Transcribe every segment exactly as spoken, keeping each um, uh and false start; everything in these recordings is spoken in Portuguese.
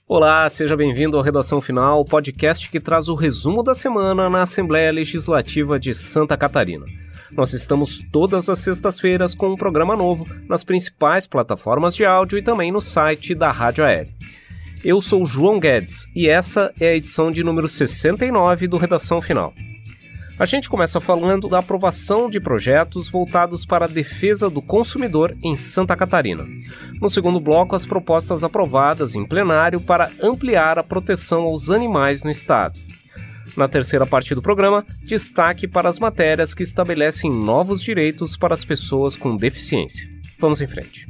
Olá, seja bem-vindo ao Redação Final, podcast que traz o resumo da semana na Assembleia Legislativa de Santa Catarina. Nós estamos todas as sextas-feiras com um programa novo nas principais plataformas de áudio e também no site da Rádio A L. Eu sou João Guedes e essa é a edição de número sessenta e nove do Redação Final. A gente começa falando da aprovação de projetos voltados para a defesa do consumidor em Santa Catarina. No segundo bloco, as propostas aprovadas em plenário para ampliar a proteção aos animais no estado. Na terceira parte do programa, destaque para as matérias que estabelecem novos direitos para as pessoas com deficiência. Vamos em frente.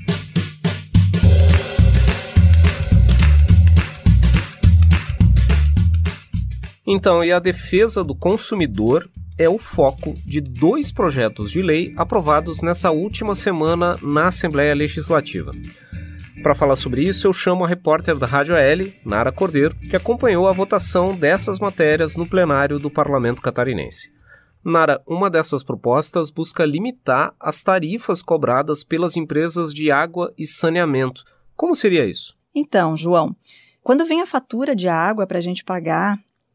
Então, e a defesa do consumidor é o foco de dois projetos de lei aprovados nessa última semana na Assembleia Legislativa. Para falar sobre isso, eu chamo a repórter da Rádio A L, Nara Cordeiro, que acompanhou a votação dessas matérias no plenário do Parlamento Catarinense. Nara, uma dessas propostas busca limitar as tarifas cobradas pelas empresas de água e saneamento. Como seria isso? Então, João, quando vem a fatura de água para a gente pagar,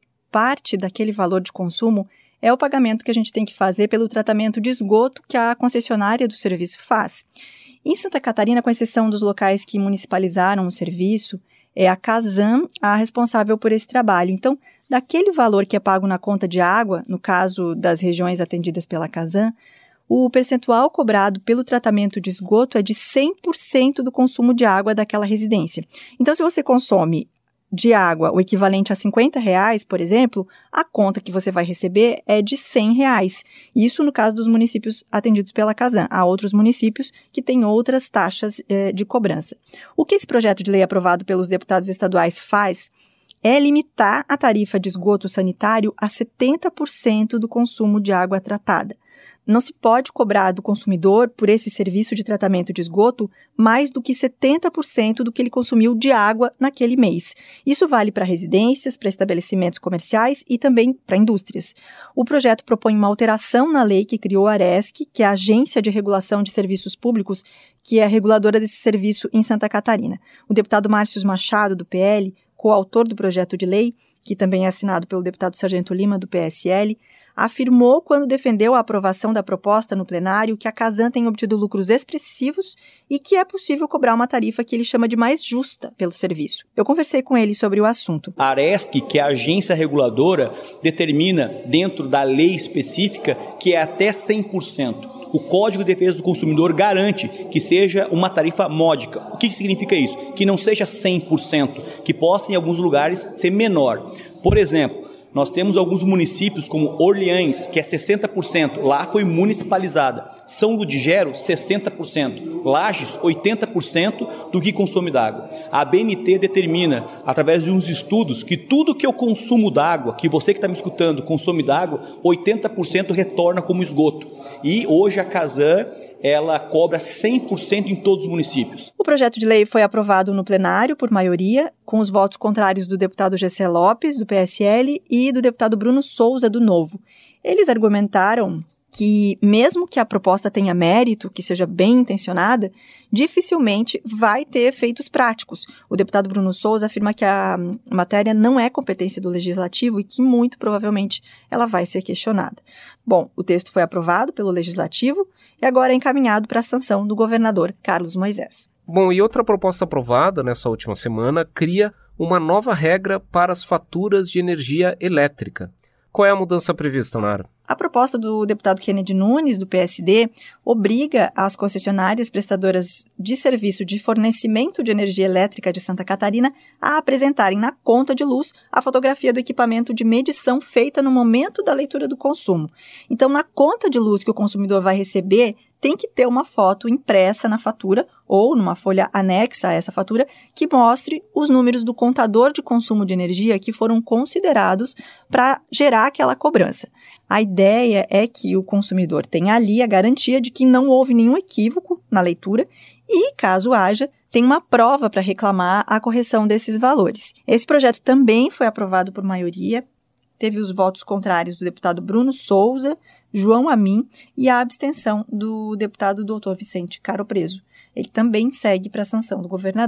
parte daquele valor de consumo é o pagamento que a gente tem que fazer pelo tratamento de esgoto que a concessionária do serviço faz. Em Santa Catarina, com exceção dos locais que municipalizaram o serviço, é a Casan a responsável por esse trabalho. Então, daquele valor que é pago na conta de água, no caso das regiões atendidas pela Casan, o percentual cobrado pelo tratamento de esgoto é de cem por cento do consumo de água daquela residência. Então, se você consome de água o equivalente a cinquenta reais, por exemplo, a conta que você vai receber é de cem reais. Isso no caso dos municípios atendidos pela Casan. Há outros municípios que têm outras taxas eh, de cobrança. O que esse projeto de lei aprovado pelos deputados estaduais faz é limitar a tarifa de esgoto sanitário a setenta por cento do consumo de água tratada. Não se pode cobrar do consumidor, por esse serviço de tratamento de esgoto, mais do que setenta por cento do que ele consumiu de água naquele mês. Isso vale para residências, para estabelecimentos comerciais e também para indústrias. O projeto propõe uma alteração na lei que criou a ARESC, que é a Agência de Regulação de Serviços Públicos, que é a reguladora desse serviço em Santa Catarina. O deputado Márcio Machado, do P L, coautor do projeto de lei, que também é assinado pelo deputado Sargento Lima, do P S L, afirmou, quando defendeu a aprovação da proposta no plenário, que a Casan tem obtido lucros expressivos e que é possível cobrar uma tarifa que ele chama de mais justa pelo serviço. Eu conversei com ele sobre o assunto. A ARESC, que é a agência reguladora, determina, dentro da lei específica, que é até cem por cento. O Código de Defesa do Consumidor garante que seja uma tarifa módica. O que significa isso? Que não seja cem por cento, que possa, em alguns lugares, ser menor. Por exemplo, nós temos alguns municípios como Orleans, que é sessenta por cento, lá foi municipalizada. São Ludgero, sessenta por cento. Lages, oitenta por cento do que consome d'água. A A B N T determina, através de uns estudos, que tudo que eu consumo d'água, que você que está me escutando consome d'água, oitenta por cento retorna como esgoto. E hoje a Casan, ela cobra cem por cento em todos os municípios. O projeto de lei foi aprovado no plenário por maioria, com os votos contrários do deputado G C Lopes, do P S L, e do deputado Bruno Souza, do Novo. Eles argumentaram que, mesmo que a proposta tenha mérito, que seja bem intencionada, dificilmente vai ter efeitos práticos. O deputado Bruno Souza afirma que a matéria não é competência do Legislativo e que, muito provavelmente, ela vai ser questionada. Bom, o texto foi aprovado pelo Legislativo e agora é encaminhado para a sanção do governador Carlos Moisés. Bom, e outra proposta aprovada nessa última semana cria uma nova regra para as faturas de energia elétrica. Qual é a mudança prevista, Nara? A proposta do deputado Kennedy Nunes, do P S D, obriga as concessionárias prestadoras de serviço de fornecimento de energia elétrica de Santa Catarina a apresentarem na conta de luz a fotografia do equipamento de medição feita no momento da leitura do consumo. Então, na conta de luz que o consumidor vai receber, tem que ter uma foto impressa na fatura ou numa folha anexa a essa fatura que mostre os números do contador de consumo de energia que foram considerados para gerar aquela cobrança. A ideia é que o consumidor tenha ali a garantia de que não houve nenhum equívoco na leitura e, caso haja, tem uma prova para reclamar a correção desses valores. Esse projeto também foi aprovado por maioria, teve os votos contrários do deputado Bruno Souza, João Amin e a abstenção do deputado doutor Vicente Caro Preso. Ele também segue para a sanção do governador.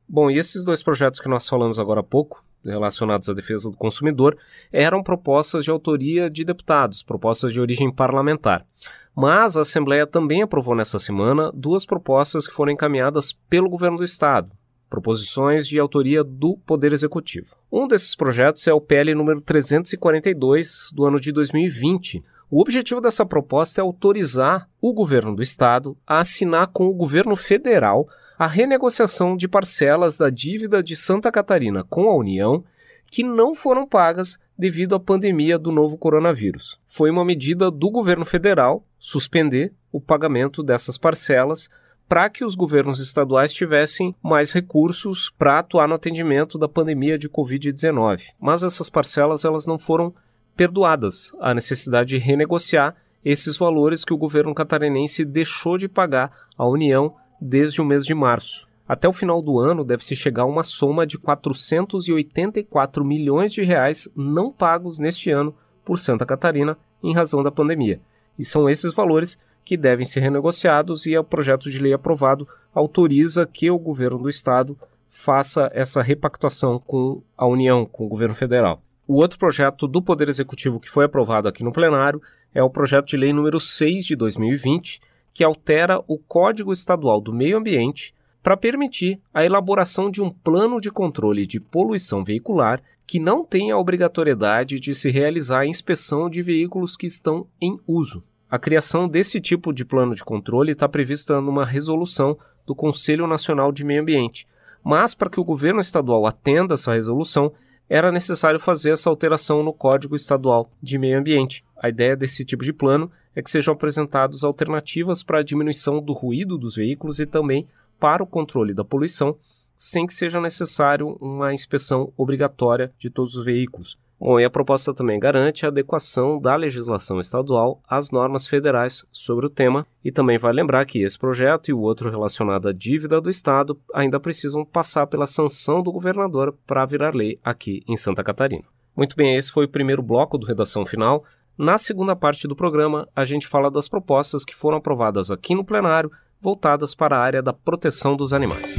Bom, e esses dois projetos que nós falamos agora há pouco, relacionados à defesa do consumidor, eram propostas de autoria de deputados, propostas de origem parlamentar. Mas a Assembleia também aprovou nessa semana duas propostas que foram encaminhadas pelo governo do Estado, proposições de autoria do Poder Executivo. Um desses projetos é o P L número trezentos e quarenta e dois, do ano de dois mil e vinte. O objetivo dessa proposta é autorizar o governo do Estado a assinar com o governo federal a renegociação de parcelas da dívida de Santa Catarina com a União que não foram pagas devido à pandemia do novo coronavírus. Foi uma medida do governo federal suspender o pagamento dessas parcelas para que os governos estaduais tivessem mais recursos para atuar no atendimento da pandemia de covid dezenove. Mas essas parcelas elas não foram perdoadas. Há necessidade de renegociar esses valores que o governo catarinense deixou de pagar à União desde o mês de março. Até o final do ano deve-se chegar a uma soma de quatrocentos e oitenta e quatro milhões de reais não pagos neste ano por Santa Catarina em razão da pandemia. E são esses valores que devem ser renegociados e o projeto de lei aprovado autoriza que o governo do Estado faça essa repactuação com a União, com o governo federal. O outro projeto do Poder Executivo que foi aprovado aqui no plenário é o projeto de lei número seis de dois mil e vinte, que altera o Código Estadual do Meio Ambiente para permitir a elaboração de um plano de controle de poluição veicular que não tenha a obrigatoriedade de se realizar a inspeção de veículos que estão em uso. A criação desse tipo de plano de controle está prevista numa resolução do Conselho Nacional de Meio Ambiente, mas para que o governo estadual atenda essa resolução, era necessário fazer essa alteração no Código Estadual de Meio Ambiente. A ideia desse tipo de plano é que sejam apresentadas alternativas para a diminuição do ruído dos veículos e também para o controle da poluição, sem que seja necessário uma inspeção obrigatória de todos os veículos. Bom, e a proposta também garante a adequação da legislação estadual às normas federais sobre o tema, e também vai lembrar que esse projeto e o outro relacionado à dívida do Estado ainda precisam passar pela sanção do governador para virar lei aqui em Santa Catarina. Muito bem, esse foi o primeiro bloco do Redação Final. Na segunda parte do programa, a gente fala das propostas que foram aprovadas aqui no plenário, voltadas para a área da proteção dos animais.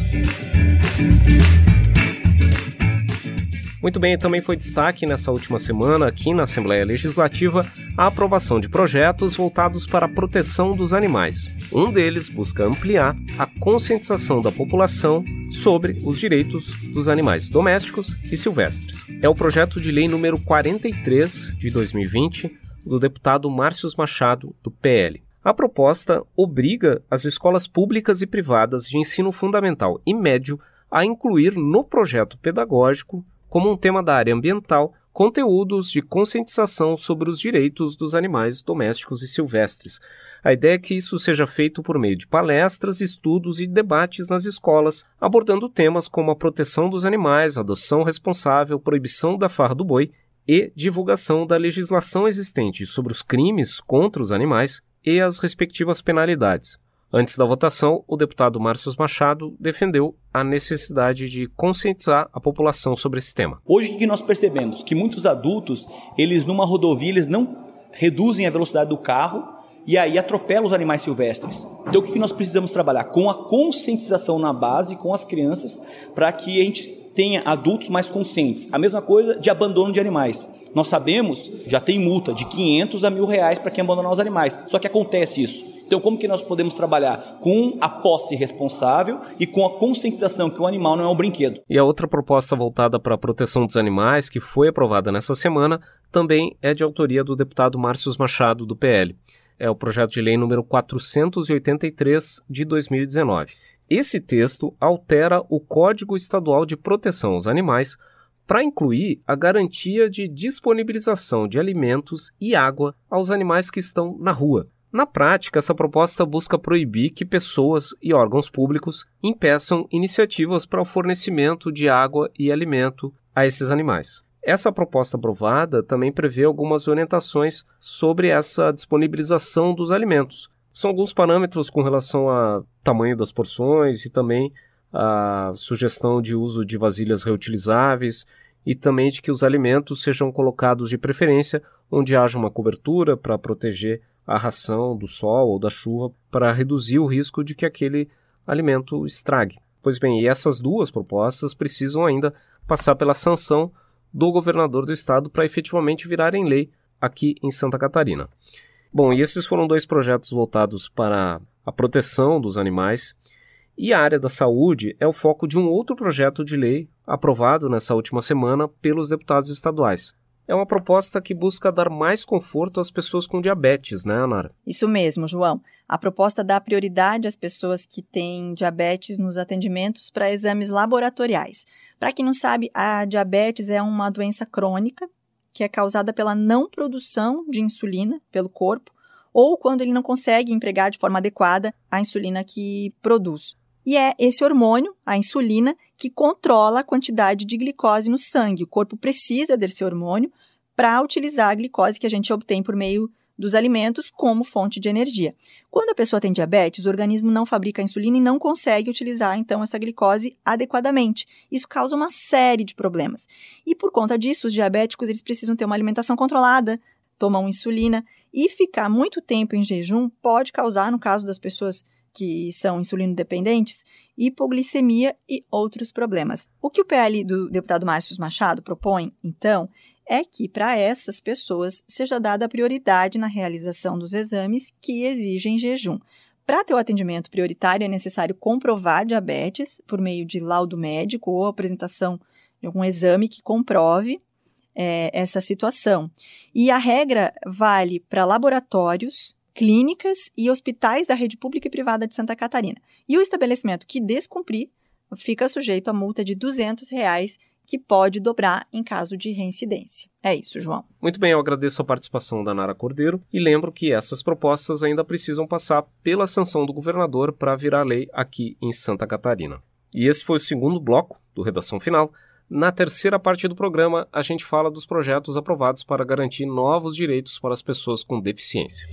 Muito bem, também foi destaque nessa última semana aqui na Assembleia Legislativa a aprovação de projetos voltados para a proteção dos animais. Um deles busca ampliar a conscientização da população sobre os direitos dos animais domésticos e silvestres. É o projeto de lei número quarenta e três de dois mil e vinte do deputado Márcios Machado, do P L. A proposta obriga as escolas públicas e privadas de ensino fundamental e médio a incluir no projeto pedagógico, como um tema da área ambiental, conteúdos de conscientização sobre os direitos dos animais domésticos e silvestres. A ideia é que isso seja feito por meio de palestras, estudos e debates nas escolas, abordando temas como a proteção dos animais, adoção responsável, proibição da farra do boi e divulgação da legislação existente sobre os crimes contra os animais e as respectivas penalidades. Antes da votação, o deputado Márcios Machado defendeu a necessidade de conscientizar a população sobre esse tema. Hoje o que nós percebemos? Que muitos adultos, eles numa rodovia, eles não reduzem a velocidade do carro e aí atropelam os animais silvestres. Então o que nós precisamos trabalhar? Com a conscientização na base, com as crianças, para que a gente tenha adultos mais conscientes. A mesma coisa de abandono de animais. Nós sabemos, já tem multa de quinhentos a mil reais para quem abandonar os animais. Só que acontece isso. Então, como que nós podemos trabalhar? Com a posse responsável e com a conscientização que o animal não é um brinquedo. E a outra proposta voltada para a proteção dos animais, que foi aprovada nessa semana, também é de autoria do deputado Márcios Machado, do P L. É o projeto de lei número quatrocentos e oitenta e três de dois mil e dezenove. Esse texto altera o Código Estadual de Proteção aos Animais para incluir a garantia de disponibilização de alimentos e água aos animais que estão na rua. Na prática, essa proposta busca proibir que pessoas e órgãos públicos impeçam iniciativas para o fornecimento de água e alimento a esses animais. Essa proposta aprovada também prevê algumas orientações sobre essa disponibilização dos alimentos. São alguns parâmetros com relação ao tamanho das porções e também a sugestão de uso de vasilhas reutilizáveis e também de que os alimentos sejam colocados de preferência onde haja uma cobertura para proteger a ração do sol ou da chuva para reduzir o risco de que aquele alimento estrague. Pois bem, e essas duas propostas precisam ainda passar pela sanção do governador do estado para efetivamente virarem lei aqui em Santa Catarina. Bom, e esses foram dois projetos voltados para a proteção dos animais, e a área da saúde é o foco de um outro projeto de lei aprovado nessa última semana pelos deputados estaduais. É uma proposta que busca dar mais conforto às pessoas com diabetes, né, Anara? Isso mesmo, João. A proposta dá prioridade às pessoas que têm diabetes nos atendimentos para exames laboratoriais. Para quem não sabe, a diabetes é uma doença crônica que é causada pela não produção de insulina pelo corpo ou quando ele não consegue empregar de forma adequada a insulina que produz. E é esse hormônio, a insulina, que controla a quantidade de glicose no sangue. O corpo precisa desse hormônio para utilizar a glicose que a gente obtém por meio dos alimentos como fonte de energia. Quando a pessoa tem diabetes, o organismo não fabrica a insulina e não consegue utilizar, então, essa glicose adequadamente. Isso causa uma série de problemas. E por conta disso, os diabéticos eles precisam ter uma alimentação controlada, tomam insulina, e ficar muito tempo em jejum pode causar, no caso das pessoas que são insulino-dependentes, hipoglicemia e outros problemas. O que o P L do deputado Márcio Machado propõe, então, é que para essas pessoas seja dada prioridade na realização dos exames que exigem jejum. Para ter o atendimento prioritário é necessário comprovar diabetes por meio de laudo médico ou apresentação de algum exame que comprove é, essa situação. E a regra vale para laboratórios, clínicas e hospitais da rede pública e privada de Santa Catarina. E o estabelecimento que descumprir fica sujeito a multa de duzentos reais, que pode dobrar em caso de reincidência. É isso, João. Muito bem, eu agradeço a participação da Nara Cordeiro e lembro que essas propostas ainda precisam passar pela sanção do governador para virar lei aqui em Santa Catarina. E esse foi o segundo bloco do Redação Final. Na terceira parte do programa, a gente fala dos projetos aprovados para garantir novos direitos para as pessoas com deficiência.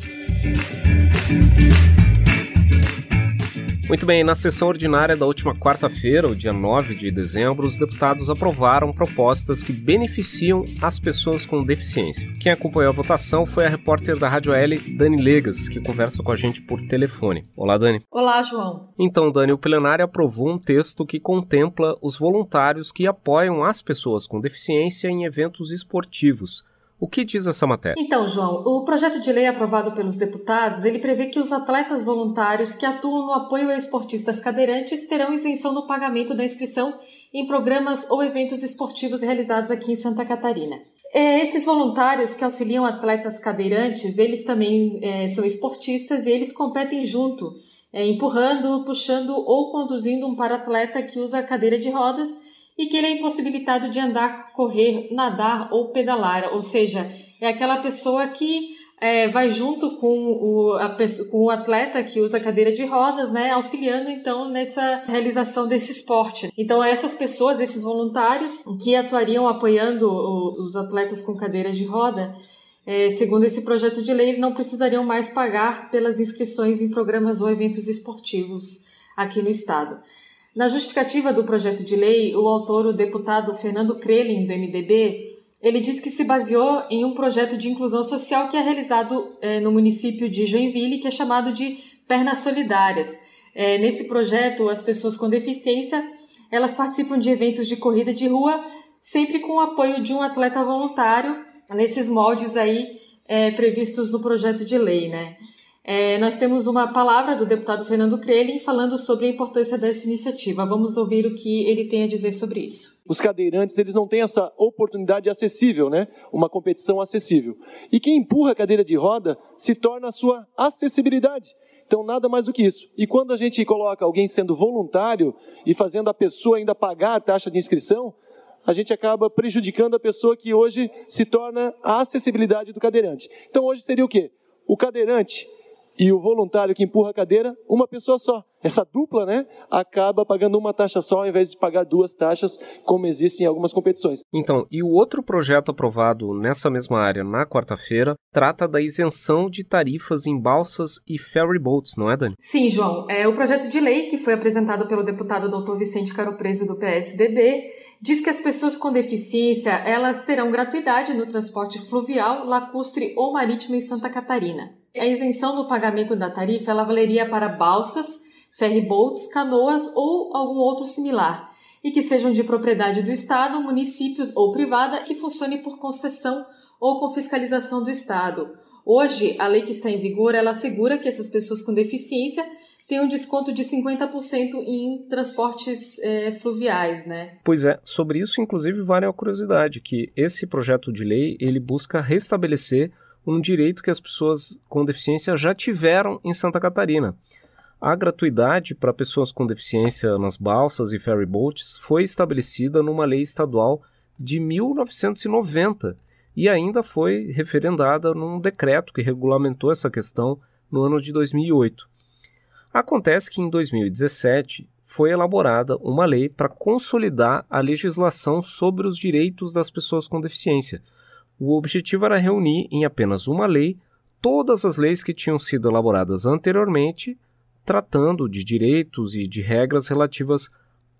Muito bem, na sessão ordinária da última quarta-feira, o dia nove de dezembro, os deputados aprovaram propostas que beneficiam as pessoas com deficiência. Quem acompanhou a votação foi a repórter da Rádio L, Dani Legas, que conversa com a gente por telefone. Olá, Dani. Olá, João. Então, Dani, o plenário aprovou um texto que contempla os voluntários que apoiam as pessoas com deficiência em eventos esportivos. O que diz essa matéria? Então, João, o projeto de lei aprovado pelos deputados, ele prevê que os atletas voluntários que atuam no apoio a esportistas cadeirantes terão isenção no pagamento da inscrição em programas ou eventos esportivos realizados aqui em Santa Catarina. É, esses voluntários que auxiliam atletas cadeirantes, eles também é, são esportistas e eles competem junto, é, empurrando, puxando ou conduzindo um para-atleta que usa a cadeira de rodas e que ele é impossibilitado de andar, correr, nadar ou pedalar, ou seja, é aquela pessoa que é, vai junto com o, a, com o atleta que usa cadeira de rodas, né, auxiliando então nessa realização desse esporte. Então essas pessoas, esses voluntários que atuariam apoiando o, os atletas com cadeiras de roda, é, segundo esse projeto de lei, não precisariam mais pagar pelas inscrições em programas ou eventos esportivos aqui no estado. Na justificativa do projeto de lei, o autor, o deputado Fernando Krelin, do M D B, ele diz que se baseou em um projeto de inclusão social que é realizado é, no município de Joinville, que é chamado de Pernas Solidárias. É, nesse projeto, as pessoas com deficiência, elas participam de eventos de corrida de rua, sempre com o apoio de um atleta voluntário, nesses moldes aí é, previstos no projeto de lei, né? É, nós temos uma palavra do deputado Fernando Krelin falando sobre a importância dessa iniciativa. Vamos ouvir o que ele tem a dizer sobre isso. Os cadeirantes, eles não têm essa oportunidade acessível, né? Uma competição acessível. E quem empurra a cadeira de roda se torna a sua acessibilidade. Então, nada mais do que isso. E quando a gente coloca alguém sendo voluntário e fazendo a pessoa ainda pagar a taxa de inscrição, a gente acaba prejudicando a pessoa que hoje se torna a acessibilidade do cadeirante. Então, hoje seria o quê? O cadeirante e o voluntário que empurra a cadeira, uma pessoa só. Essa dupla, né, acaba pagando uma taxa só, ao invés de pagar duas taxas, como existe em algumas competições. Então, e o outro projeto aprovado nessa mesma área na quarta-feira trata da isenção de tarifas em balsas e ferry boats, não é, Dani? Sim, João. É, o projeto de lei, que foi apresentado pelo deputado doutor Vicente Caropreso, do P S D B, diz que as pessoas com deficiência, elas terão gratuidade no transporte fluvial, lacustre ou marítimo em Santa Catarina. A isenção do pagamento da tarifa, ela valeria para balsas, ferryboats, canoas ou algum outro similar, e que sejam de propriedade do Estado, municípios ou privada, que funcione por concessão ou com fiscalização do Estado. Hoje, a lei que está em vigor, ela assegura que essas pessoas com deficiência tenham um desconto de cinquenta por cento em transportes é, fluviais, né? Pois é, sobre isso, inclusive, vale a curiosidade, que esse projeto de lei, ele busca restabelecer um direito que as pessoas com deficiência já tiveram em Santa Catarina. A gratuidade para pessoas com deficiência nas balsas e ferryboats foi estabelecida numa lei estadual de mil novecentos e noventa e ainda foi referendada num decreto que regulamentou essa questão no ano de dois mil e oito. Acontece que em dois mil e dezessete foi elaborada uma lei para consolidar a legislação sobre os direitos das pessoas com deficiência. O objetivo era reunir em apenas uma lei todas as leis que tinham sido elaboradas anteriormente, tratando de direitos e de regras relativas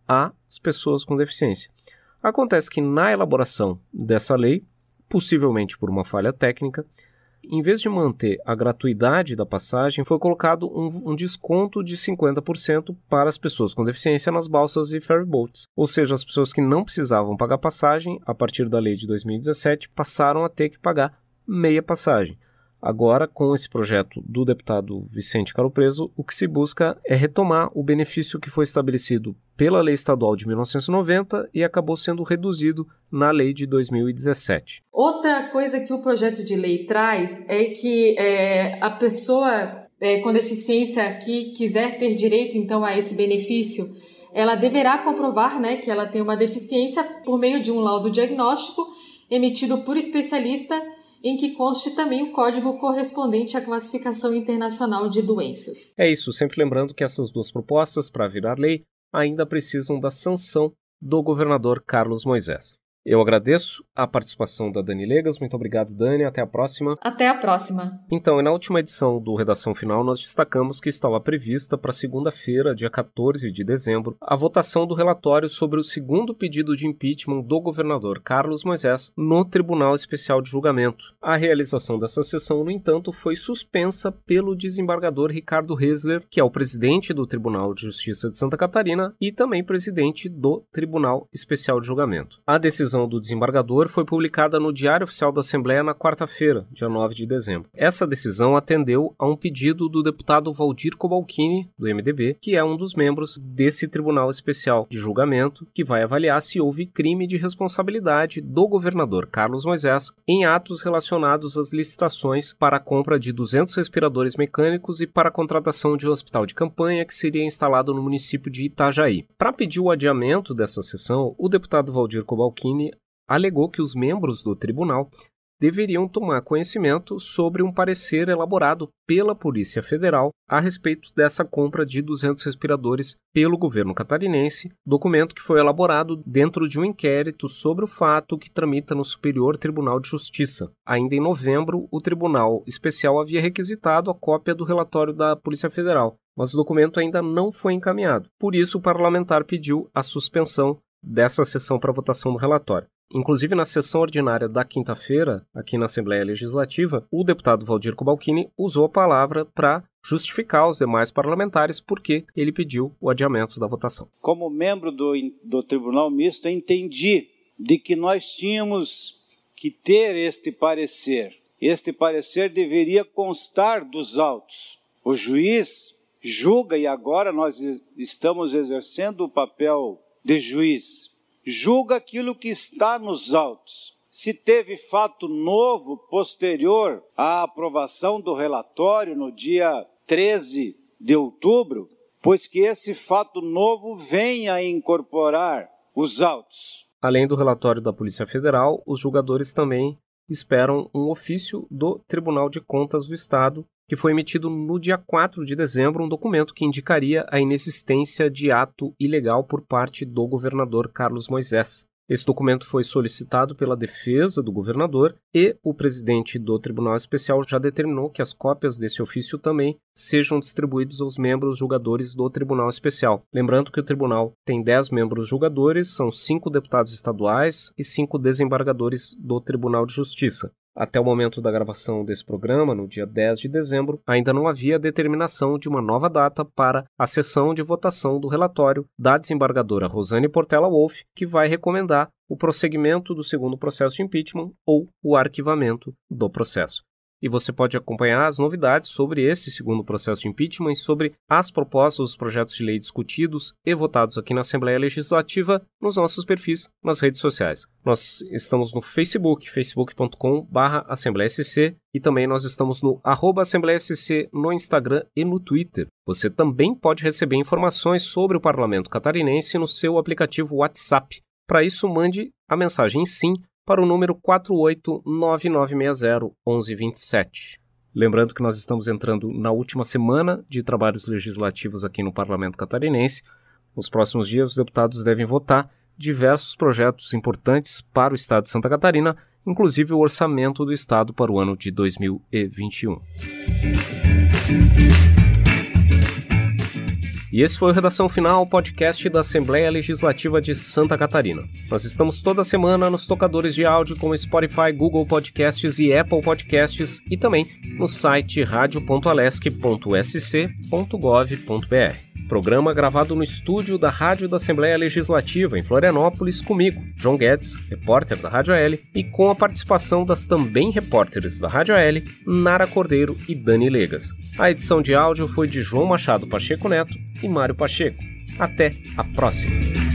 às pessoas com deficiência. Acontece que na elaboração dessa lei, possivelmente por uma falha técnica, em vez de manter a gratuidade da passagem, foi colocado um, um desconto de cinquenta por cento para as pessoas com deficiência nas balsas e ferryboats. Ou seja, as pessoas que não precisavam pagar passagem, a partir da lei de dois mil e dezessete, passaram a ter que pagar meia passagem. Agora, com esse projeto do deputado Vicente Caro Preso, o que se busca é retomar o benefício que foi estabelecido pela Lei Estadual de mil novecentos e noventa e acabou sendo reduzido na Lei de dois mil e dezessete. Outra coisa que o projeto de lei traz é que é, a pessoa é, com deficiência que quiser ter direito, então, a esse benefício, ela deverá comprovar, né, que ela tem uma deficiência por meio de um laudo diagnóstico emitido por especialista, em que conste também o código correspondente à classificação internacional de doenças. É isso, sempre lembrando que essas duas propostas, para virar lei, ainda precisam da sanção do governador Carlos Moisés. Eu agradeço a participação da Dani Legas. Muito obrigado, Dani. Até a próxima. Até a próxima. Então, e na última edição do Redação Final, nós destacamos que estava prevista para segunda-feira, dia quatorze de dezembro, a votação do relatório sobre o segundo pedido de impeachment do governador Carlos Moisés no Tribunal Especial de Julgamento. A realização dessa sessão, no entanto, foi suspensa pelo desembargador Ricardo Hesler, que é o presidente do Tribunal de Justiça de Santa Catarina e também presidente do Tribunal Especial de Julgamento. A decisão do desembargador foi publicada no Diário Oficial da Assembleia na quarta-feira, dia nove de dezembro. Essa decisão atendeu a um pedido do deputado Valdir Cobalcini, do M D B, que é um dos membros desse Tribunal Especial de Julgamento, que vai avaliar se houve crime de responsabilidade do governador Carlos Moisés em atos relacionados às licitações para a compra de duzentos respiradores mecânicos e para a contratação de um hospital de campanha que seria instalado no município de Itajaí. Para pedir o adiamento dessa sessão, o deputado Valdir Cobalcini alegou que os membros do tribunal deveriam tomar conhecimento sobre um parecer elaborado pela Polícia Federal a respeito dessa compra de duzentos respiradores pelo governo catarinense, documento que foi elaborado dentro de um inquérito sobre o fato que tramita no Superior Tribunal de Justiça. Ainda em novembro, o Tribunal Especial havia requisitado a cópia do relatório da Polícia Federal, mas o documento ainda não foi encaminhado. Por isso, o parlamentar pediu a suspensão dessa sessão para votação do relatório. Inclusive, na sessão ordinária da quinta-feira, aqui na Assembleia Legislativa, o deputado Valdir Cobalcini usou a palavra para justificar aos demais parlamentares porque ele pediu o adiamento da votação. Como membro do, do Tribunal Misto, eu entendi de que nós tínhamos que ter este parecer. Este parecer deveria constar dos autos. O juiz julga, e agora nós estamos exercendo o papel de juiz. Julga aquilo que está nos autos. Se teve fato novo posterior à aprovação do relatório no dia treze de outubro, pois que esse fato novo venha a incorporar os autos. Além do relatório da Polícia Federal, os julgadores também esperam um ofício do Tribunal de Contas do Estado, que foi emitido no dia quatro de dezembro, um documento que indicaria a inexistência de ato ilegal por parte do governador Carlos Moisés. Esse documento foi solicitado pela defesa do governador e o presidente do Tribunal Especial já determinou que as cópias desse ofício também sejam distribuídos aos membros julgadores do Tribunal Especial. Lembrando que o tribunal tem dez membros julgadores, são cinco deputados estaduais e cinco desembargadores do Tribunal de Justiça. Até o momento da gravação desse programa, no dia dez de dezembro, ainda não havia determinação de uma nova data para a sessão de votação do relatório da desembargadora Rosane Portela Wolff, que vai recomendar o prosseguimento do segundo processo de impeachment ou o arquivamento do processo. E você pode acompanhar as novidades sobre esse segundo processo de impeachment e sobre as propostas dos projetos de lei discutidos e votados aqui na Assembleia Legislativa nos nossos perfis nas redes sociais. Nós estamos no Facebook, facebook ponto com barra Assembleia S C, e também nós estamos no arroba Assembleia S C no Instagram e no Twitter. Você também pode receber informações sobre o Parlamento Catarinense no seu aplicativo WhatsApp. Para isso, mande a mensagem SIM para o número quatro oito nove nove seis zero um um dois sete. Lembrando que nós estamos entrando na última semana de trabalhos legislativos aqui no Parlamento Catarinense. Nos próximos dias, os deputados devem votar diversos projetos importantes para o Estado de Santa Catarina, inclusive o orçamento do Estado para o ano de dois mil e vinte e um. E esse foi o Redação Final, podcast da Assembleia Legislativa de Santa Catarina. Nós estamos toda semana nos tocadores de áudio como Spotify, Google Podcasts e Apple Podcasts e também no site radio ponto alesc ponto s c ponto gov ponto b r. Programa gravado no estúdio da Rádio da Assembleia Legislativa em Florianópolis comigo, João Guedes, repórter da Rádio A L, e com a participação das também repórteres da Rádio A L, Nara Cordeiro e Dani Legas. A edição de áudio foi de João Machado Pacheco Neto e Mário Pacheco. Até a próxima!